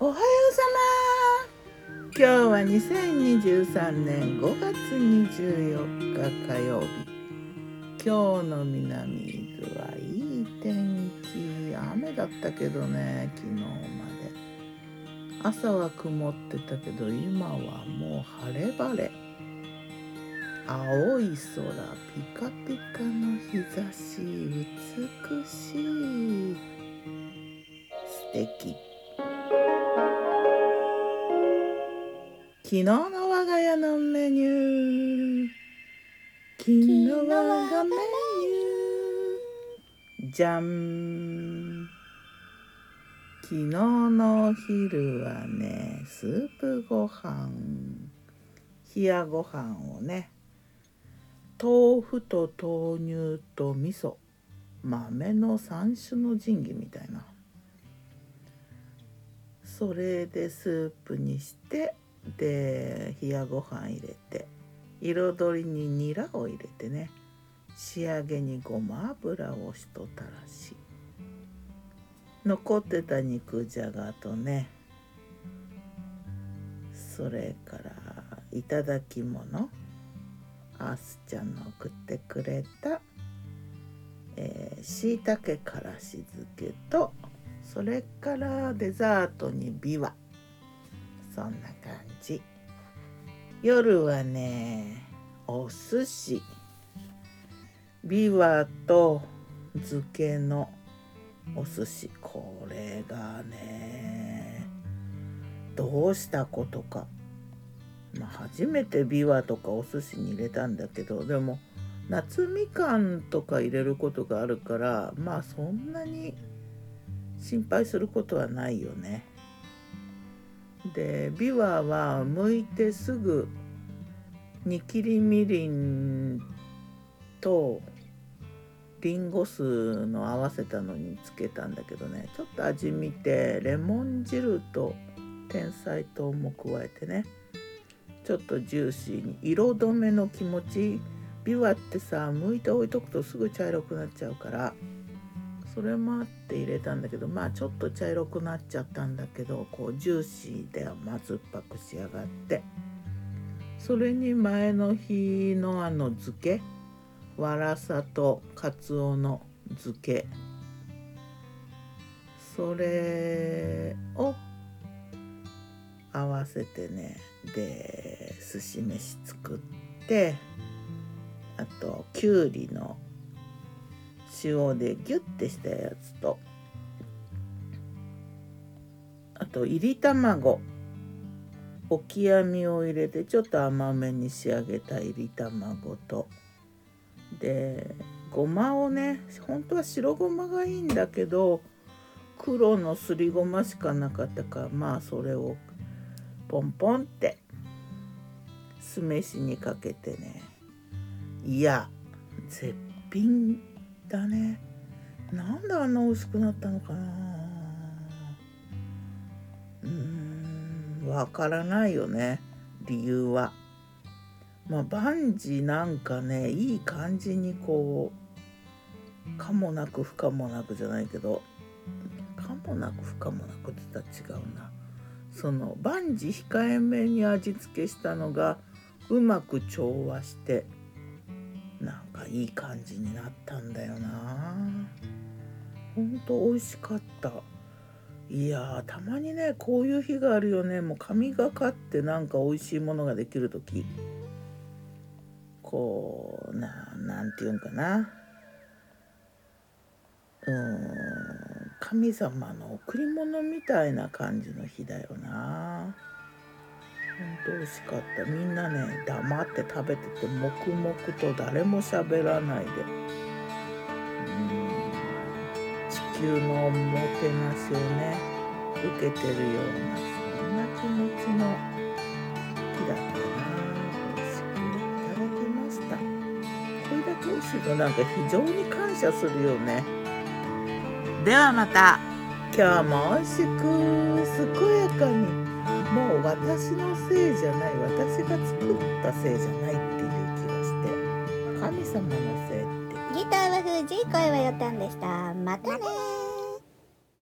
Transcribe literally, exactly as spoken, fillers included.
おはようさま。今日はにせんにじゅうさんねんごがつにじゅうよっか火曜日。今日の南伊豆はいい天気。雨だったけどね、昨日まで。朝は曇ってたけど今はもう晴れ晴れ。青い空、ピカピカの日差し、美しい。素敵。昨日の我が家のメニュー。昨日我がメニュー。じゃん。昨日のお昼はね、スープご飯、冷やご飯をね、豆腐と豆乳と味噌、豆の三種の神器みたいな。それでスープにして、で冷やご飯入れて、彩りにニラを入れてね、仕上げにごま油をひとたらし、残ってた肉じゃがとね、それからいただき物、あすちゃんの送ってくれたしいたけからし漬けと、それからデザートにビワ。そんな感じ。夜はね、お寿司、ビワと漬けのお寿司。これがね、どうしたことか、まあ、初めてビワとかお寿司に入れたんだけど、でも夏みかんとか入れることがあるから、まあそんなに心配することはないよね。でビワは剥いてすぐ煮切りみりんとリンゴ酢の合わせたのにつけたんだけどね、ちょっと味見てレモン汁と甜菜糖も加えてね、ちょっとジューシーに、色止めの気持ち。ビワってさ、剥いて置いとくとすぐ茶色くなっちゃうから、それもあって入れたんだけど、まあちょっと茶色くなっちゃったんだけど、こうジューシーで甘酸っぱく仕上がって、それに前の日のあの漬け、わらさとかつおの漬け、それを合わせてね、で寿司飯作って、あときゅうりの塩でギュッてしたやつと、あといり卵、オキアミを入れてちょっと甘めに仕上げたいり卵と、でごまをね、本当は白ごまがいいんだけど黒のすりごましかなかったから、まあそれをポンポンって酢飯にかけてね、いや絶品だね。なんであんな美味しくなったのかな。うーん、わからないよね、理由は。まあ万事なんかね、いい感じにこう可もなく不可もなくじゃないけど、可もなく不可もなくって言ったら違うな。その万事控えめに味付けしたのがうまく調和して、なんかいい感じになったんだよな。ほんと美味しかった。いやー、たまにねこういう日があるよね。もう神がかってなんか美味しいものができるとき、こうななんていうんかな、うーん、神様の贈り物みたいな感じの日だよな。ほんと美味しかった。みんなね黙って食べてて、黙々と誰も喋らないで、うーん、地球のおもてなしをね受けてるような、そんな気持ちの日だったな。美味しくいただきました。これだけ美味しいとなんか非常に感謝するよね。ではまた。今日も美味しく健やかに、もう私のせいじゃない、私が作ったせいじゃないっていう気がして、神様のせいって。 ギターは藤井、声はよたんでした。またね。